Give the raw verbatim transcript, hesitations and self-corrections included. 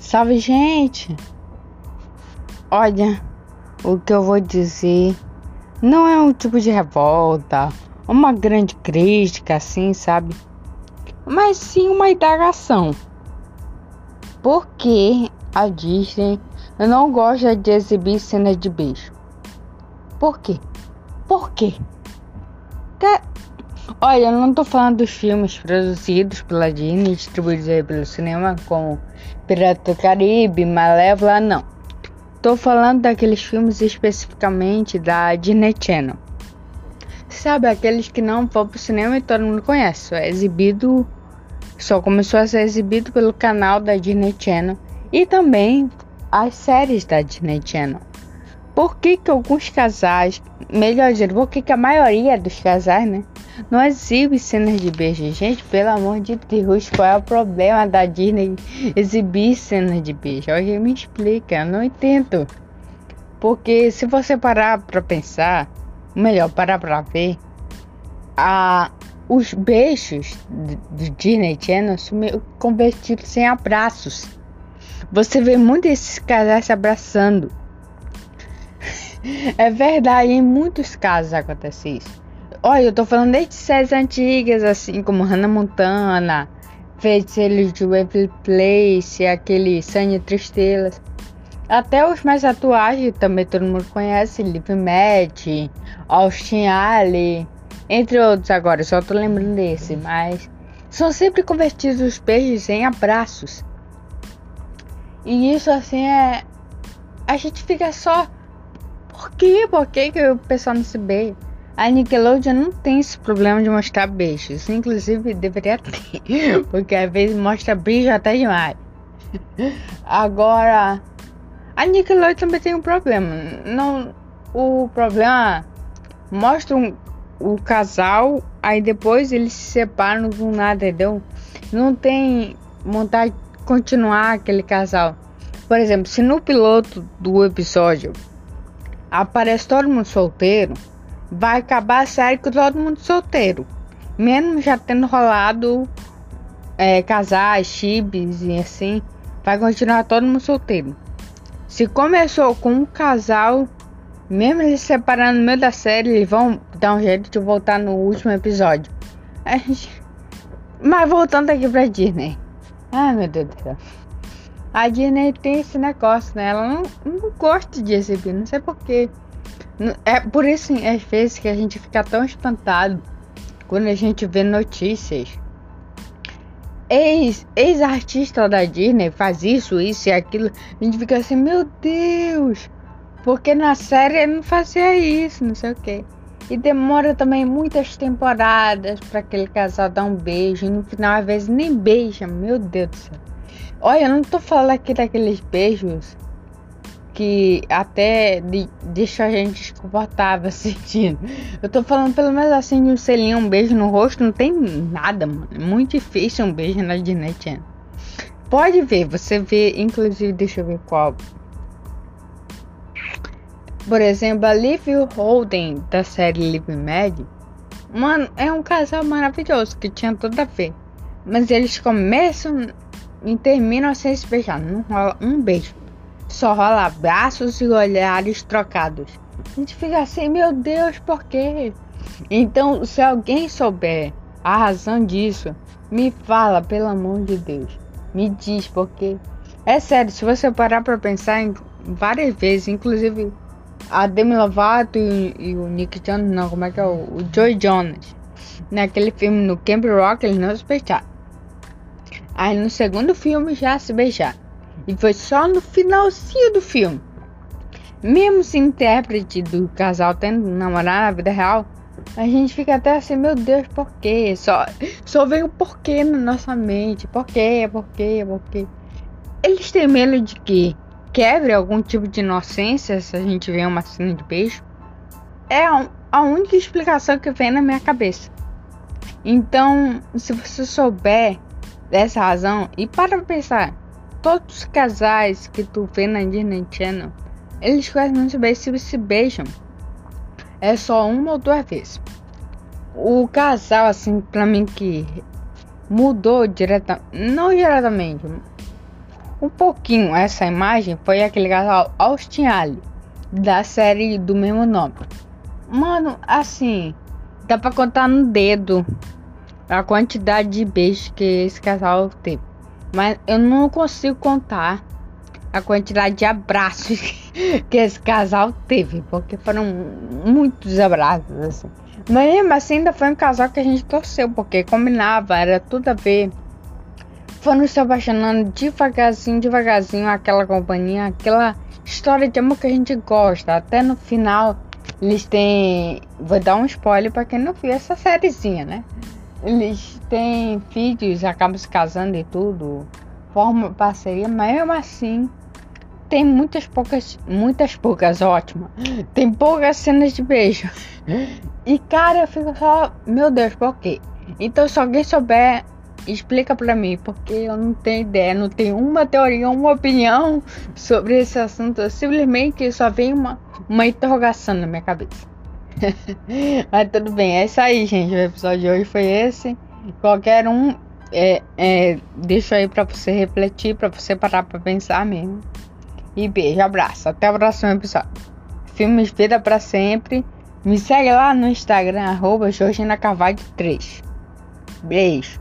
Salve, gente! Olha, o que eu vou dizer não é um tipo de revolta, uma grande crítica, assim, sabe? Mas sim uma indagação. Por que a Disney não gosta de exibir cenas de beijo? Por quê? Por quê? Que... Olha, eu não tô falando dos filmes produzidos pela Disney, distribuídos aí pelo cinema, como Pirata do Caribe, Malévola, não. Tô falando daqueles filmes especificamente da Disney Channel. Sabe, aqueles que não vão pro cinema e todo mundo conhece. É exibido, só começou a ser exibido pelo canal da Disney Channel e também as séries da Disney Channel. Por que que alguns casais, melhor dizendo, por que que a maioria dos casais, né, não exibe cenas de beijo? Gente, pelo amor de Deus, qual é o problema da Disney exibir cenas de beijo? Alguém me explica, eu não entendo. Porque se você parar pra pensar, melhor, parar pra ver, a, os beijos do Disney Channel são meio convertidos em abraços. Você vê muito esses casais se abraçando. É verdade, em muitos casos acontece isso. Olha, eu tô falando desde séries antigas, assim como Hannah Montana, Feiticeiros de Waverly Place, aquele Sunny Estrelas. Até os mais atuais, que também todo mundo conhece, Liv Matt, Austin Alley, entre outros agora, só tô lembrando desse, mas são sempre convertidos os beijos em abraços. E isso assim é... A gente fica só... Por quê? Por que que o pessoal não se beija? A Nickelodeon não tem esse problema de mostrar beijos. Inclusive, deveria ter. Porque às vezes mostra beijo até demais. Agora, a Nickelodeon também tem um problema. Não, o problema... Mostra um, o casal, aí depois eles se separam do nada, entendeu? Não tem vontade de continuar aquele casal. Por exemplo, se no piloto do episódio aparece todo mundo solteiro, vai acabar a série com todo mundo solteiro, mesmo já tendo rolado é, casais, chibis e assim, vai continuar todo mundo solteiro. Se começou com um casal, mesmo eles se separando no meio da série, eles vão dar um jeito de voltar no último episódio. Mas voltando aqui pra Disney, ai meu Deus do céu, a Disney tem esse negócio, né? Ela não, não gosta de exibir, não sei porquê. É por isso, às vezes, que a gente fica tão espantado quando a gente vê notícias. Ex, ex-artista da Disney faz isso, isso e aquilo. A gente fica assim, meu Deus, porque na série ele não fazia isso, não sei o que. E demora também muitas temporadas para aquele casal dar um beijo. E no final, às vezes, nem beija, meu Deus do céu. Olha, eu não tô falando aqui daqueles beijos que até de, deixa a gente desconfortável assistindo. Eu tô falando pelo menos assim de um selinho, um beijo no rosto, não tem nada, mano. É muito difícil um beijo na Disney Channel. Pode ver, você vê, inclusive, deixa eu ver qual. Por exemplo, a Liv e o Holden da série Liv e Maddie. Mano, é um casal maravilhoso que tinha tudo a ver. Mas eles começam e terminam sem se beijar. Não rola um beijo. Só rola abraços e olhares trocados. A gente fica assim, meu Deus, por quê? Então, se alguém souber a razão disso, me fala, pelo amor de Deus. Me diz, porque é sério, se você parar pra pensar em várias vezes, inclusive a Demi Lovato e, e o Nick Jonas, não, como é que é? O, o Joey Jonas, naquele filme no Camp Rock, eles não se beijaram. Aí no segundo filme já se beijaram. E foi só no finalzinho do filme. Mesmo se intérprete do casal tendo namorado na vida real, a gente fica até assim, meu Deus, por quê? Só, só vem o porquê na nossa mente. Por quê? Por quê? Por quê? Eles têm medo de que quebre algum tipo de inocência se a gente vê uma cena de beijo. É a, a única explicação que vem na minha cabeça. Então, se você souber dessa razão e para pensar, todos os casais que tu vê na Disney Channel, eles quase não se beijam, se beijam. É só uma ou duas vezes. O casal, assim, pra mim que mudou diretamente, não diretamente, um pouquinho essa imagem foi aquele casal Austin Alley, da série do mesmo nome. Mano, assim, dá pra contar no dedo a quantidade de beijos que esse casal teve. Mas eu não consigo contar a quantidade de abraços que esse casal teve, porque foram muitos abraços, assim. Mas mesmo assim, ainda foi um casal que a gente torceu, porque combinava, era tudo a ver. Foram se apaixonando devagarzinho, devagarzinho, aquela companhia, aquela história de amor que a gente gosta. Até no final, eles têm... Vou dar um spoiler pra quem não viu essa sériezinha, né? Eles têm filhos, acabam se casando e tudo, formam parceria, mas mesmo assim tem muitas poucas, muitas poucas, ótimo. Tem poucas cenas de beijo. E cara, eu fico só, meu Deus, por quê? Então se alguém souber, explica pra mim, porque eu não tenho ideia, não tenho uma teoria, uma opinião sobre esse assunto. Eu simplesmente só vem uma, uma interrogação na minha cabeça. Mas tudo bem, é isso aí, gente. O episódio de hoje foi esse. Qualquer um, é, é, deixo aí pra você refletir, pra você parar pra pensar mesmo. E beijo, abraço, até o próximo episódio. Filmes Vida Pra Sempre. Me segue lá no Instagram, arroba Georgina Carvalho três. Beijo.